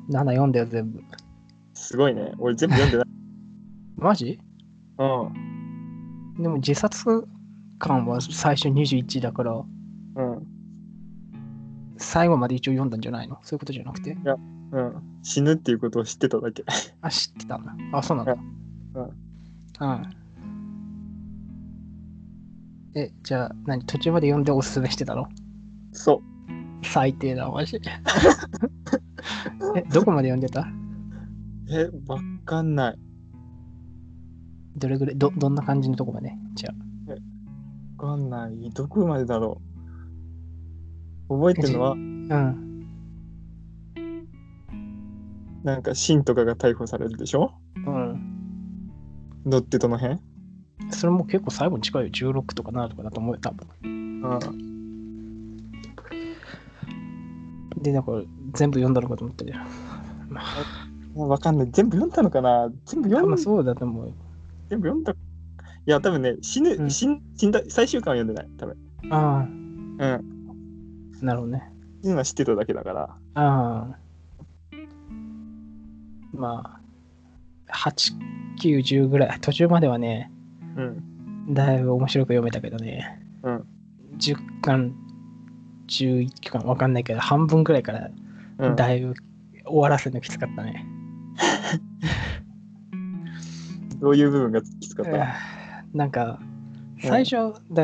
7読んだよ、全部。 すごいね。俺全部読んでない。 マジ？ うん。 でも自殺感は最初21だから、 うん。 最後まで一応読んだんじゃないの？そういうことじゃなくて。 いや、うん。死ぬっていうことを知ってただけ。 あ、知ってたんだ。あ、そうなんだ。 うん。 うん。じゃあ、途中まで読んでおすすめしてたの？ そう。 最低だ、マジ。どこまで読んでた？ わかんない。 どれぐらい、どんな感じのとこまで？じゃわかんない。どこまでだろう。覚えてるのは、 うん。 なんか、シンとかが逮捕されるでしょ？ うん。 どってどの辺？ それも結構最後に近いよ。16とか7とかだと思うよ、多分。 うん。 で、だから全部読んだのかと思ってるよ。 わかんない。全部読んだのかな？全部多読ん分そうだと思うよ。 全部読んだ。いや、多分ね、死んだ、最終巻は読んでない。多分。 ああ、 うん。 なるほどね。 今知ってただけだから。 ああ、まあ、8、9、10ぐらい。途中まではね、 うん。 だいぶ面白く読めたけどね。 うん。 10巻、11巻わかんないけど、半分ぐらいからうん。 だいぶ終わらせるのきつかったね。 どういう部分がきつかった？ なんか、最初、だから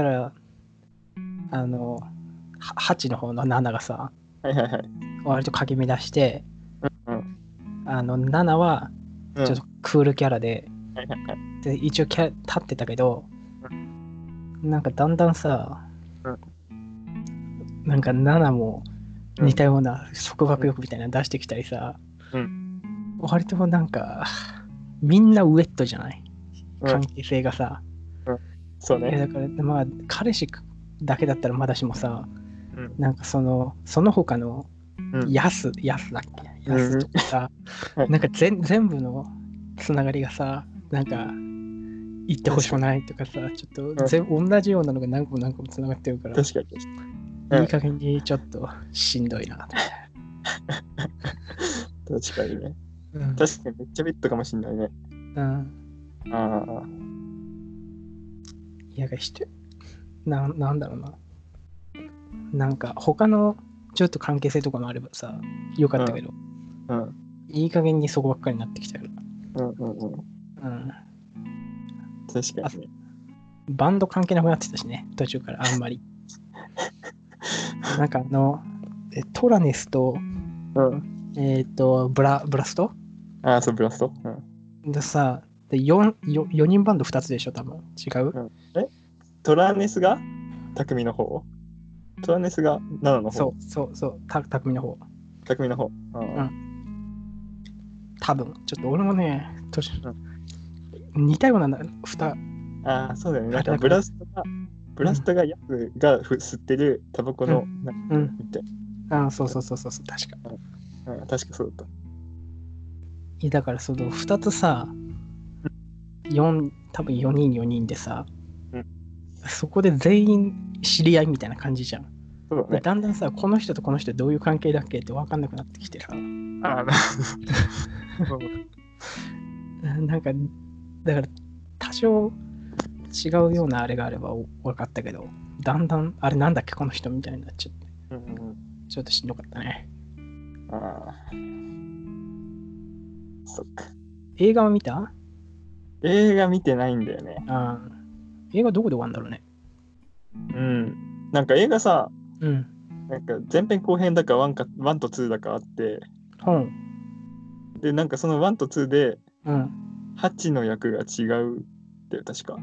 、8の方の7がさ、 はいはいはい。 割とかき乱して、 うん。 7はちょっとクールキャラで、 はいはいはい。 で一応立ってたけど、なんかだんだんさ、なんか7も似たような束縛欲みたいなの出してきたりさ、割となんかみんなウェットじゃない？関係性がさ。 そうね。 いやだからまあ彼氏だけだったらまだしもさ、なんかその他のヤスだっけ、ヤスとかさ、なんか全部のつながりがさ、なんか言ってほしくないとかさ、ちょっと同じようなのが何個もつながってるから、 確かに。 いい加減にちょっとしんどいな。 確かにね。確かにめっちゃベッドかもしんないね。ああ。 いや、なんだろうな。なんか他のちょっと関係性とかもあればさ、よかったけど、いい加減にそこばっかりになってきたから。 確かにね。 バンド関係なくなってたしね、途中からあんまり。なんかトラネスと、ブラスト？ ああ、そう、ブラスト。 でさ、4人バンド2つでしょ、多分。違う？ トラネスが匠の方？トラネスが7の方？ そう、匠の方。 匠の方。 多分。ちょっと俺もね、似たようなああ、そうだよね。なんかブラストがヤスが吸ってるタバコの、みたいな。ああ、そう、確か。 確かそうだった。 いや、だからその2つさ、多分4人でさ、そこで全員知り合いみたいな感じじゃん。 そうだね。 だんだんさ、この人とこの人どういう関係だっけって分かんなくなってきてさ。なんか、だから多少違うようなあれがあれば分かったけど、だんだんあれなんだっけこの人みたいになっちゃって、ちょっとしんどかったね。 ああ。そっか。 映画は見た？ 映画見てないんだよね。 映画どこで終わるんだろうね。 なんか映画さ、なんか前編後編だか1と2だかあって、で、なんかその1と2で、ハチの役が違うって確か。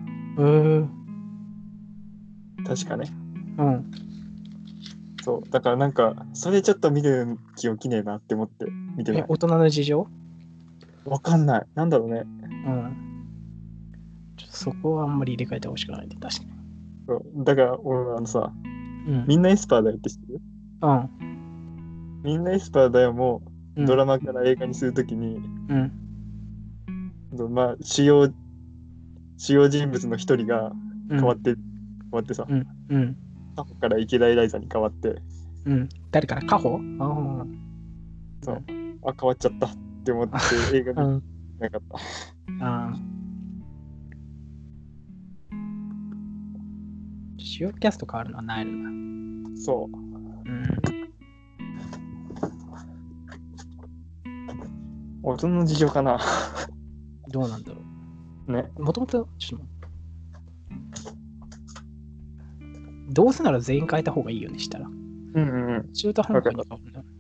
確かね。そう。だからなんか、それちょっと見る気起きねえなって思って見てない。 大人の事情？ わかんない。なんだろうね。 ちょっとそこはあんまり入れ替えてほしくないんで、確かに。 そうだから俺さ、みんなエスパーだよって知ってる？みんなエスパーだよもドラマから映画にするときに、まあ主要人物の一人が変わってさ、カホから池田エライザに変わって、 誰から？カホ？ そう。 変わっちゃったって思って映画見なかった。 主要キャスト変わるのはないのだ。そう。大人の事情かな。 どうなんだろう。ね。 もともと、どうせなら全員変えた方がいいよね、したら。中途半端に変わるんだ。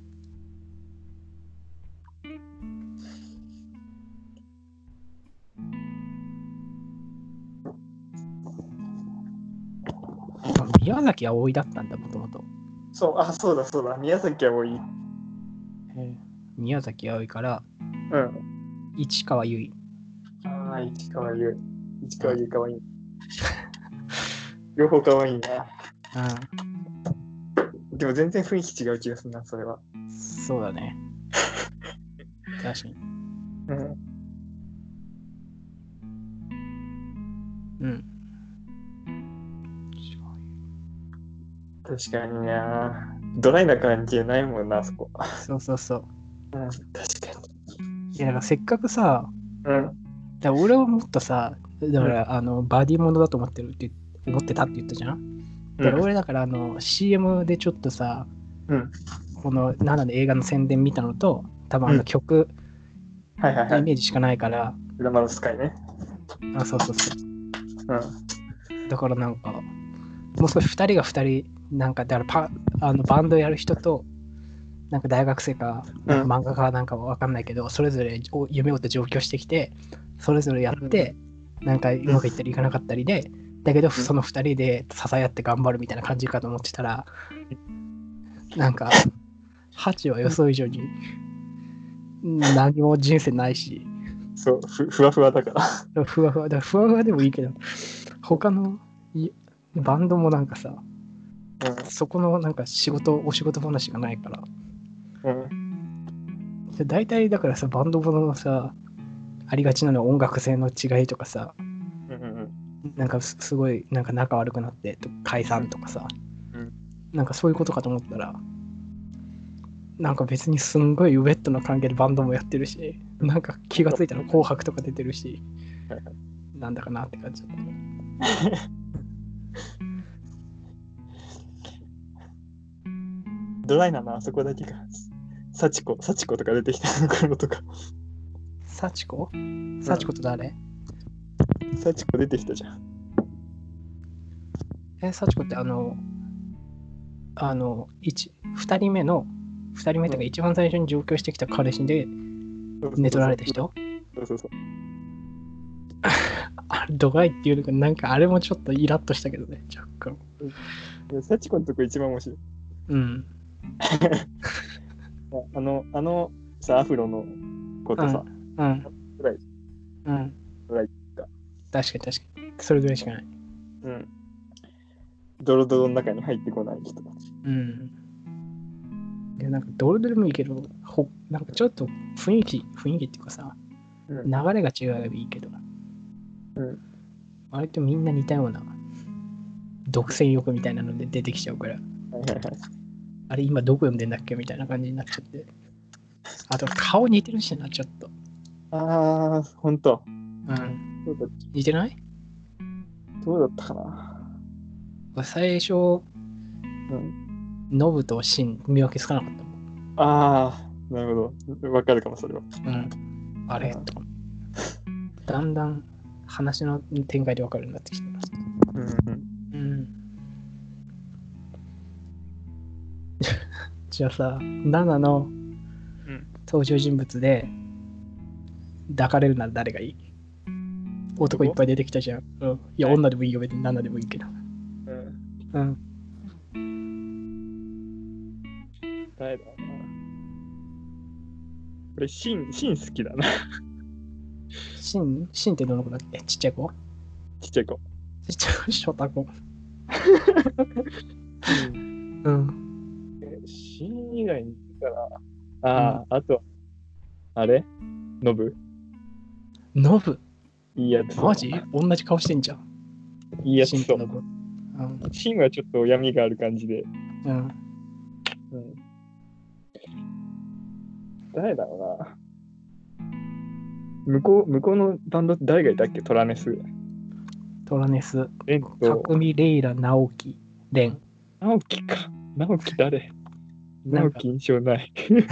宮崎あおいだったんだ、もともと。 そう、そうだ。宮崎あおい。 宮崎あおいから、市川由衣。 市川由衣かわいい。両方かわいいな。でも全然雰囲気違う気がするな、それは。 そうだね。確かに。 確かにな。ドライな感じないもんな、そこ。 そう。 確かに。いや、だからせっかくさ、 だ俺はもっとさ、だから、バディものだと思ってたって言ったじゃん。だから俺だからCM でちょっとさ、この7で映画の宣伝見たのと、多分曲、イメージしかないから。 グラマラスカイね。 そう。だからなんか、もう少し2人が2人、なんかだからバンドやる人と、なんか大学生か、なんか漫画家なんかわかんないけど、それぞれ夢を追って上京してきて、それぞれやって、なんかうまくいったりいかなかったりで、だけどその2人で支え合って頑張るみたいな感じかと思ってたら、なんか、ハチは予想以上に何も人生ないし。 そう、ふわふわだから。 ふわふわでもいいけど、他のバンドもなんかさ、そこのなんかお仕事話がないから。大体だからさ、バンドものさ、ありがちなのは音楽性の違いとかさ、なんかすごいなんか仲悪くなって解散とかさ、なんかそういうことかと思ったら、なんか別にすんごいウェットな関係でバンドもやってるし、なんか気がついたら紅白とか出てるし、なんだかなって感じだった。 ドライなのあそこだけが。幸子とか出てきたのとか。 幸子と誰？ 幸子出てきたじゃん。 幸子って2人目とか一番最初に上京してきた彼氏で寝取られた人？ そう。 ドライっていうのがなんかあれもちょっとイラッとしたけどね、若干。 幸子のとこ一番面白い。さ、アフロの子とさ、ドライか。 確かに。それぐらいしかない。 ドロドロの中に入ってこない人たち。 いや、なんかドロドロもいいけど、なんかちょっと雰囲気っていうかさ、流れが違うよりいいけど、割とみんな似たような独占欲みたいなので出てきちゃうから、あれ今どこ読んでんだっけみたいな感じになっちゃって。あと顔似てるしな、ちょっと。 ほんと。 似てない？ どうだったかな。 最初、ノブとシン見分けつかなかったもん。なるほど。わかるかも、それは。 あれとか。だんだん話の展開でわかるようになってきてます。じゃあさ、7の登場人物で抱かれるなら誰がいい？男いっぱい出てきたじゃん。いや、女でもいいよ、別に7でもいいけど。 誰だな。俺、シン好きだな。 シンってどの子だっけ？ちっちゃい子。 ちっちゃい子。 ショタ子。 シン以外にいるから。あと、あれノブいいやつ。 マジ？同じ顔してんじゃん。 いいやつそう。シンはちょっと闇がある感じで。 誰だろうな。向こうのバンドって誰がいたっけ？トラネス。 レンと。匠、レイラ、直樹、レン。 直樹か。直樹誰？直樹印象ない。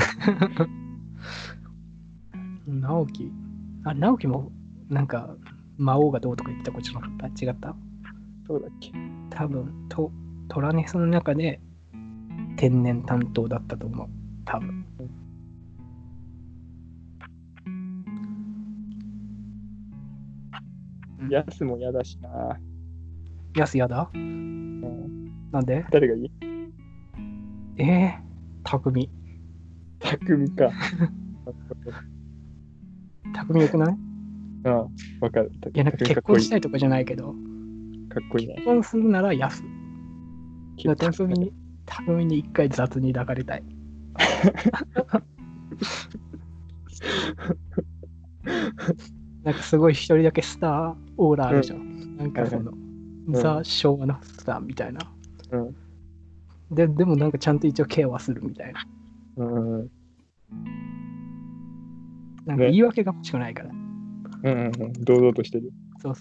直樹もなんか魔王がどうとか言ってたことじゃなかった？違った？ そうだっけ？ 多分トラネスの中で天然担当だったと思う。多分。 ヤスも嫌だしな。 ヤス嫌だ？なんで？ 誰がいい？ 匠か。 匠よくない？ わかる。 いや、なんか結婚したいとかじゃないけど、 かっこいいね。 結婚するならヤス。匠に一回雑に抱かれたい。なんかすごい一人だけスターオーラあるじゃん。なんかその、ザ・昭和のスターみたいな。でもなんかちゃんと一応ケアはするみたいな。なんか言い訳が欲しくないから。 堂々としてる。 そう。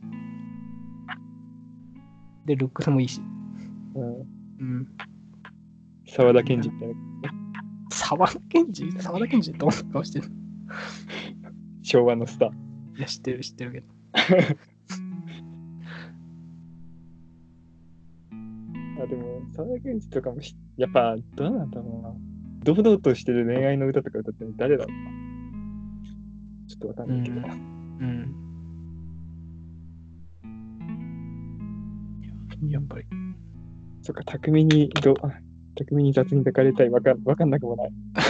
で、ルックスもいいし。 沢田研二みたいな。 沢田研二どんな顔してる？ 昭和のスター。 いや、知ってるけど。 でも、沢田研二とかもやっぱ、どうなんだろうな。堂々としてる恋愛の歌とか歌ってるの誰だろうな。ちょっとわかんないけど。 やっぱり。 そっか、匠に雑に抱かれたい。わかんなくもない。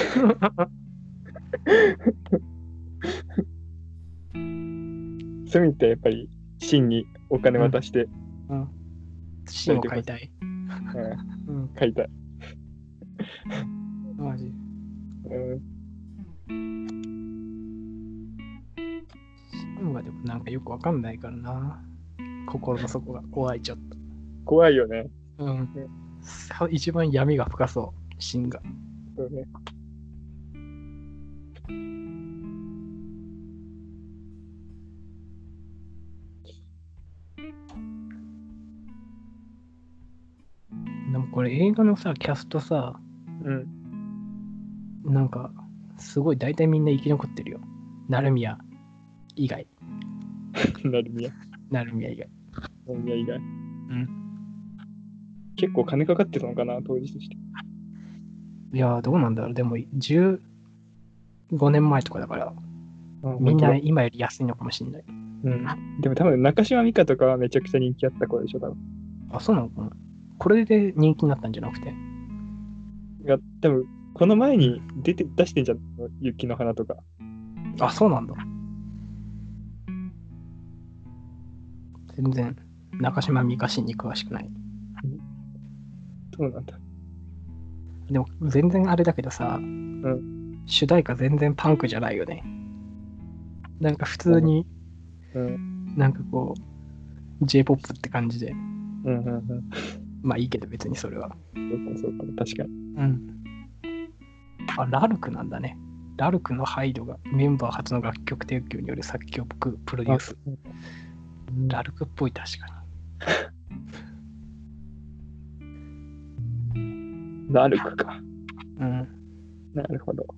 そういう意味ってやっぱり真にお金渡して、 真を買いたい。 買いたい。 マジ。真はでもなんかよくわかんないからな。心の底が怖い、ちょっと。 怖いよね。 一番闇が深そう、真が。 そうね。 でもこれ映画のさ、キャストさ、なんかすごい大体みんな生き残ってるよ。成宮以外。 成宮以外。結構金かかってたのかな、当時として。 いや、どうなんだろう。でも15年前とかだから、みんな今より安いのかもしれない。 でも多分中島美嘉とかはめちゃくちゃ人気あった子でしょ、多分。 あ、そうなのかな。これで人気になったんじゃなくて。 いや、多分この前に出してんじゃん、雪の花とか。 あ、そうなんだ。全然中島美嘉氏に詳しくない。 そうなんだ。 でも全然あれだけどさ、主題歌全然パンクじゃないよね。なんか普通に、なんかこう J-POP って感じで。まあいいけど別にそれは。 そうか、確かに。 あ、ラルクなんだね。ラルクのハイドがメンバー初の楽曲提供による作曲プロデュース。ラルクっぽい、確かに。 ラルクか。なるほど。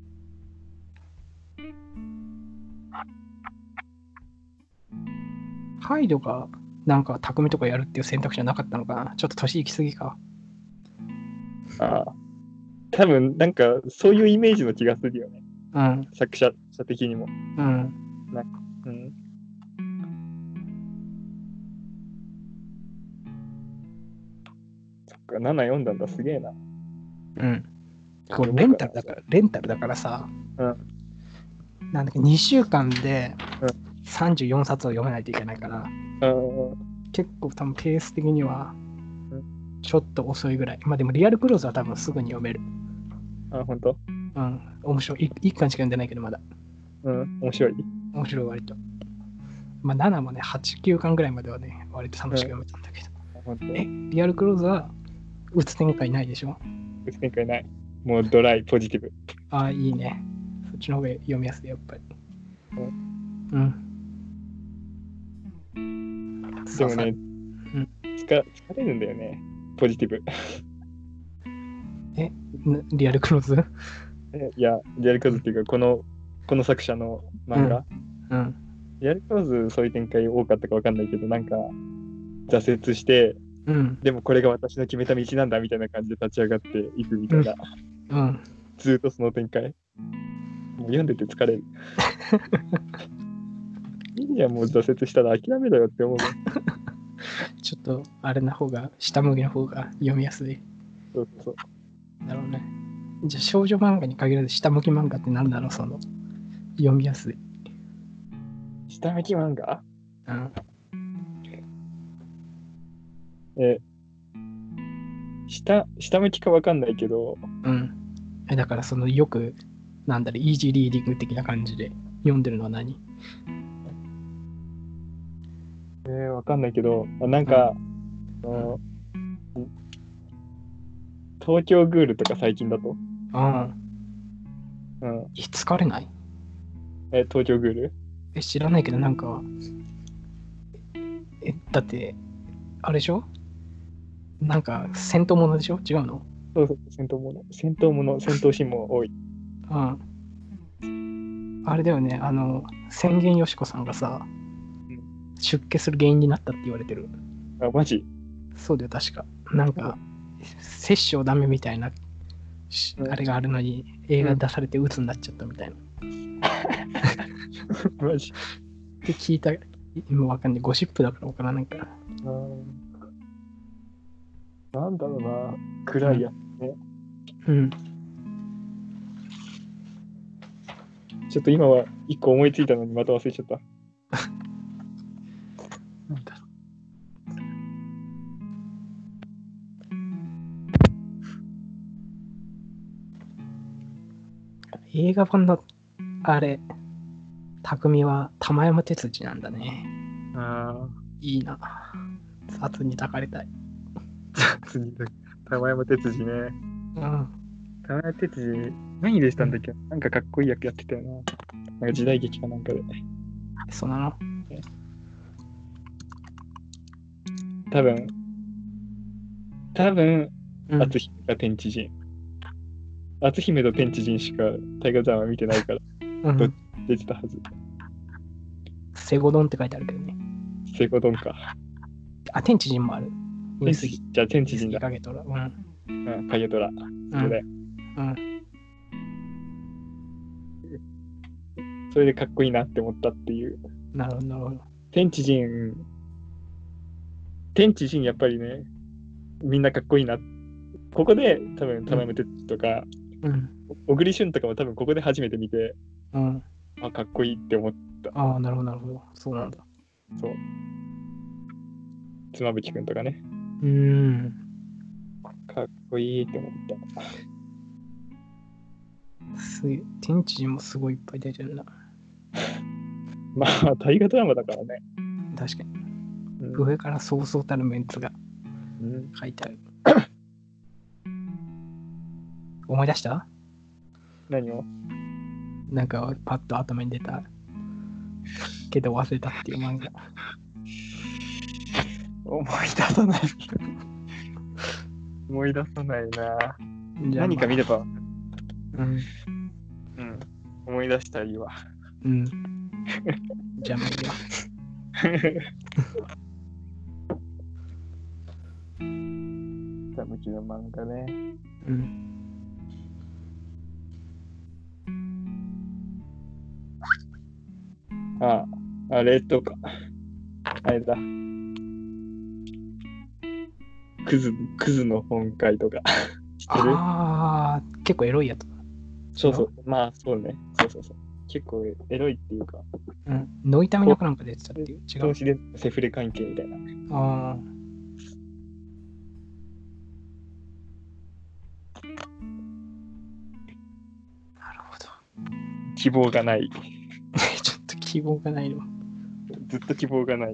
ハイドがなんか匠とかやるっていう選択肢はなかったのかな。ちょっと年いきすぎか。 多分なんかそういうイメージの気がするよね。作者的にも。そっか、7読んだんだ、すげえな。 これレンタルだからさ、なんだっけ、2週間で34冊を読めないといけないから、結構多分ペース的にはちょっと遅いぐらい。まあでもリアルクローズは多分すぐに読める。 本当？ 面白い。1巻しか読んでないけどまだ。 面白い割と。まあ7もね、8、9巻ぐらいまではね、割と楽しく読めたんだけど。リアルクローズは打つ展開ないでしょ？ 打つ展開ない。もうドライ、ポジティブ。 ああ、いいね。そっちの方が読みやすい、やっぱり。うん。 でもね、疲れるんだよね、ポジティブ。 リアルクローズいや、リアルクローズっていうか、この作者の漫画。リアルクローズ、そういう展開多かったか分かんないけど、なんか、挫折して、でもこれが私の決めた道なんだみたいな感じで立ち上がっていくみたいな。ずっとその展開。もう読んでて疲れる。いいや、もう挫折したら諦めろよって思う。 ちょっと、あれの方が、下向きの方が読みやすい。 そう。 なるほどね。じゃあ、少女漫画に限らず下向き漫画って何だろう、その、読みやすい。 下向き漫画？下向きか分かんないけど。 だからそのよく、なんだろう、イージーリーディング的な感じで読んでるのは何？ 分かんないけど、なんか、東京グールとか最近だと。 疲れない？ 東京グール？ 知らないけど、なんか、だって、あれでしょ？なんか、戦闘ものでしょ？違うの？ そう、戦闘もの、戦闘シーンも多い。 あれだよね、千元よしこさんがさ、出家する原因になったって言われてる。 あ、マジ？ そうだよ、確か。なんか、摂取をダメみたいな、あれがあるのに、映画出されて鬱になっちゃったみたいな。 マジ？ って聞いた、今わかんない。ゴシップだからわからないから。 なんだろうな、暗いやつね。ちょっと今は一個思いついたのにまた忘れちゃった。なんだろう。 映画版のあれ、匠は玉山哲司なんだね。いいな。雑に抱かれたい。 玉山哲司ね。玉山哲司、何でしたんだっけ？なんかかっこいい役やってたよな。なんか時代劇かなんかで。 そうなの？ 多分、篤姫か天地人。篤姫と天地人しか大河ドラマ見てないから、出てたはず。 セゴドンって書いてあるけどね。 セゴドンか。 あ、天地人もある。 じゃあ天地人だ。 影虎。 影虎。それでかっこいいなって思ったっていう。 なるほど。 天地人やっぱりね、みんなかっこいいな。ここで多分玉山哲司とか、小栗旬とかも多分ここで初めて見て、かっこいいって思った。 なるほど。そうなんだ。 そう。妻夫木くんとかね。かっこいいって思った。 天地人もすごいいっぱい出てるな。 まあ、大河ドラマだからね。 確かに。上からそうそうたるメンツが書いてある。思い出した？ 何を？ なんかパッと頭に出たけど忘れたっていう漫画。 思い出さない。思い出さないな。何か見れば。思い出したらいいわ。 じゃあまあいいわ。 下向きの漫画ね。あれとか。あれだ。クズの本会とか。知ってる？ 結構エロいやつ。 そう。まあ、そうね。そう。結構エロいっていうか。 ノイタミナかなんか出てたっていう。違う。 投資でセフレ関係みたいな。 なるほど。 希望がない。 ちょっと希望がないの。 ずっと希望がない。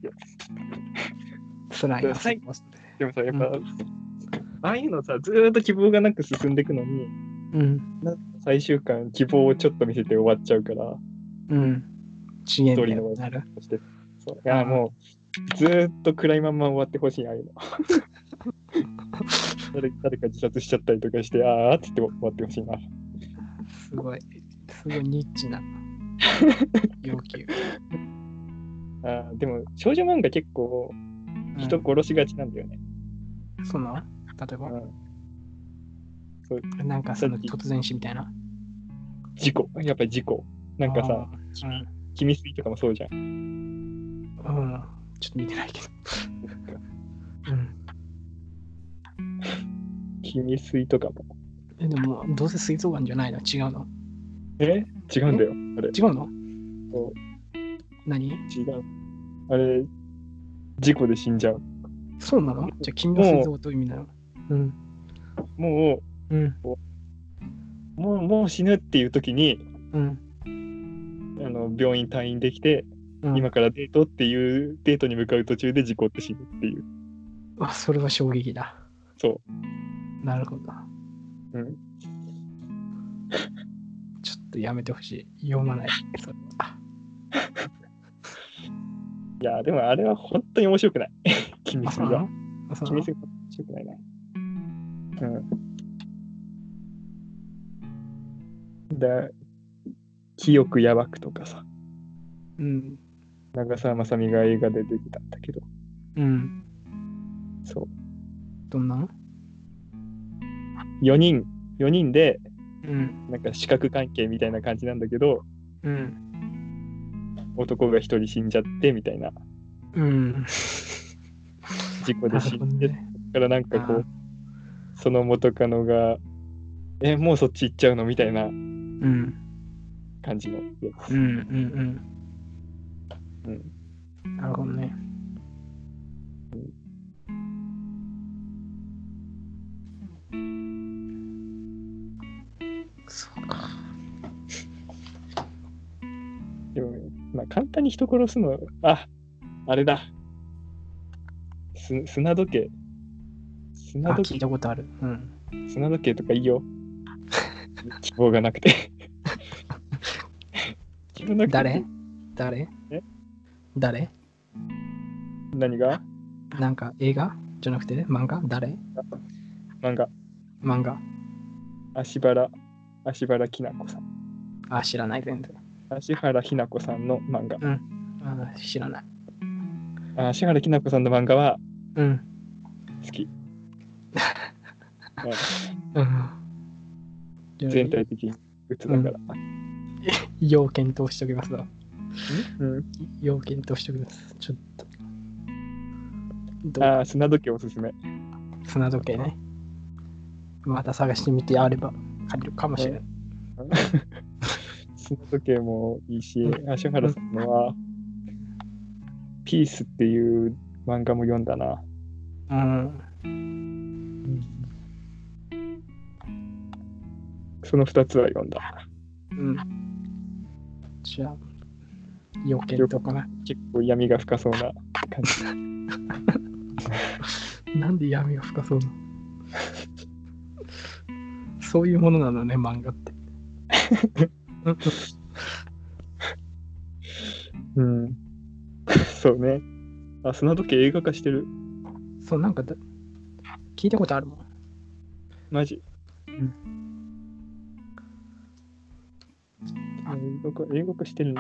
辛いな。 でもさ、やっぱ、ああいうのさ、ずーっと希望がなく進んでいくのに、 うん。 最終巻、希望をちょっと見せて終わっちゃうから、 うん。資源だよ。 一人なる。 のして。そう。いや、もう、ずーっと暗いまんま終わってほしい、ああいうの。誰か自殺しちゃったりとかして、あーって言って終わってほしいな。 すごいニッチな要求。 でも、少女漫画結構、人殺しがちなんだよね。 その例えば、 そうなんかその突然死みたいな。 事故。やっぱり事故。なんかさ、君水とかもそうじゃん。 ちょっと見てないけど。 君水とかも。 でも、どうせ水槽眼じゃないの？違うの？ 違うんだよ。あれ。 違うの？ そう。 何？ 違う。あれ、事故で死んじゃう。 そうなの？じゃあ、君の水槽という意味なの？ もう死ぬっていう時に、病院退院できて、今からデートっていうデートに向かう途中で事故って死ぬっていう。 それは衝撃だ。 そう。 なるほど。ちょっとやめてほしい。読まない。それは。 いや、でもあれは本当に面白くない。君水が。君水が面白くないな。記憶やばくとかさ。長澤まさみが映画で出てたんだけど。そう。 どんな ？4人で、なんか四角関係みたいな感じなんだけど、男が一人死んじゃってみたいな。事故で死んで、からなんかこう、その元カノが、もうそっち行っちゃうのみたいな感じのやつ。 なるほどね。そうか。 でも、簡単に人殺すの、あれだ。砂時計。 聞いたことある。 砂時計とかいいよ。希望がなくて。 誰？ 何が？ なんか映画じゃなくて漫画？誰？ 漫画。芦原きな子さん。 知らない、全然。 芦原ひな子さんの漫画。 知らない。 芦原きな子さんの漫画は好き。全体的に鬱だから。 要検討しておきますわ。要検討しておきます。ちょっと。 砂時計おすすめ。 砂時計ね。また探してみてあれば借りるかもしれない。 砂時計もいいし、芦原さんのは、ピースっていう漫画も読んだな。その2つは読んだ。 じゃあ、要検討かな。 結構闇が深そうな感じ。なんで闇が深そうなそういうものなのね、漫画って。 そうね。砂時計映画化してる。 そう、なんか聞いたことあるもん。 マジ？映画化してるんだ。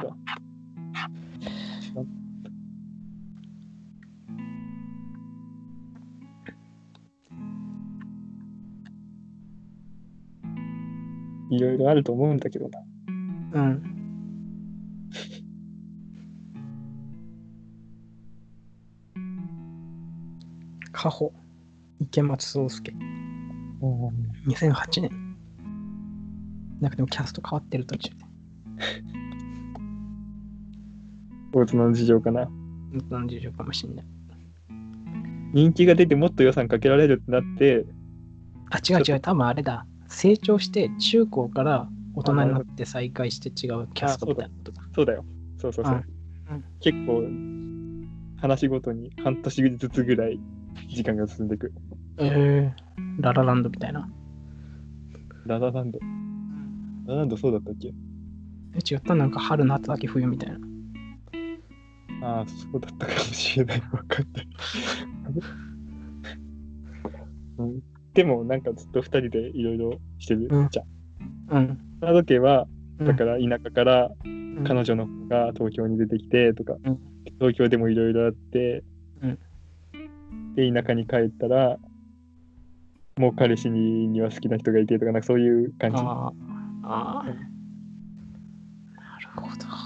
いろいろあると思うんだけどな。 カホ、池松壮亮。2008年。なんかでもキャスト変わってる途中で。 大人の事情かな。 大人の事情かもしんない。 人気が出てもっと予算かけられるってなって。 違う、多分あれだ。成長して中高から大人になって再会して違うキャストみたいなことだ。 そうだよ。そう。結構話ごとに半年ずつぐらい時間が進んでいく。 ララランドみたいな。 ララランド。ララランドそうだったっけ？ 違った？なんか春、夏、秋、冬みたいな。 ああ、そうだったかもしれない。わかんない。でも、なんかずっと2人でいろいろしてるじゃん。カナダ家は、だから田舎から彼女の子が東京に出てきてとか、東京でもいろいろあって、で、田舎に帰ったら、もう彼氏には好きな人がいてとか、なんかそういう感じ。 ああ、なるほど。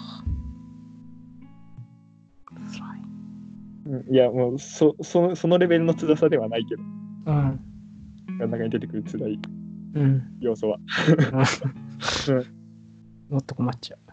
いや、もうそのレベルの辛さではないけど、中に出てくる辛い要素は。 もっと困っちゃう。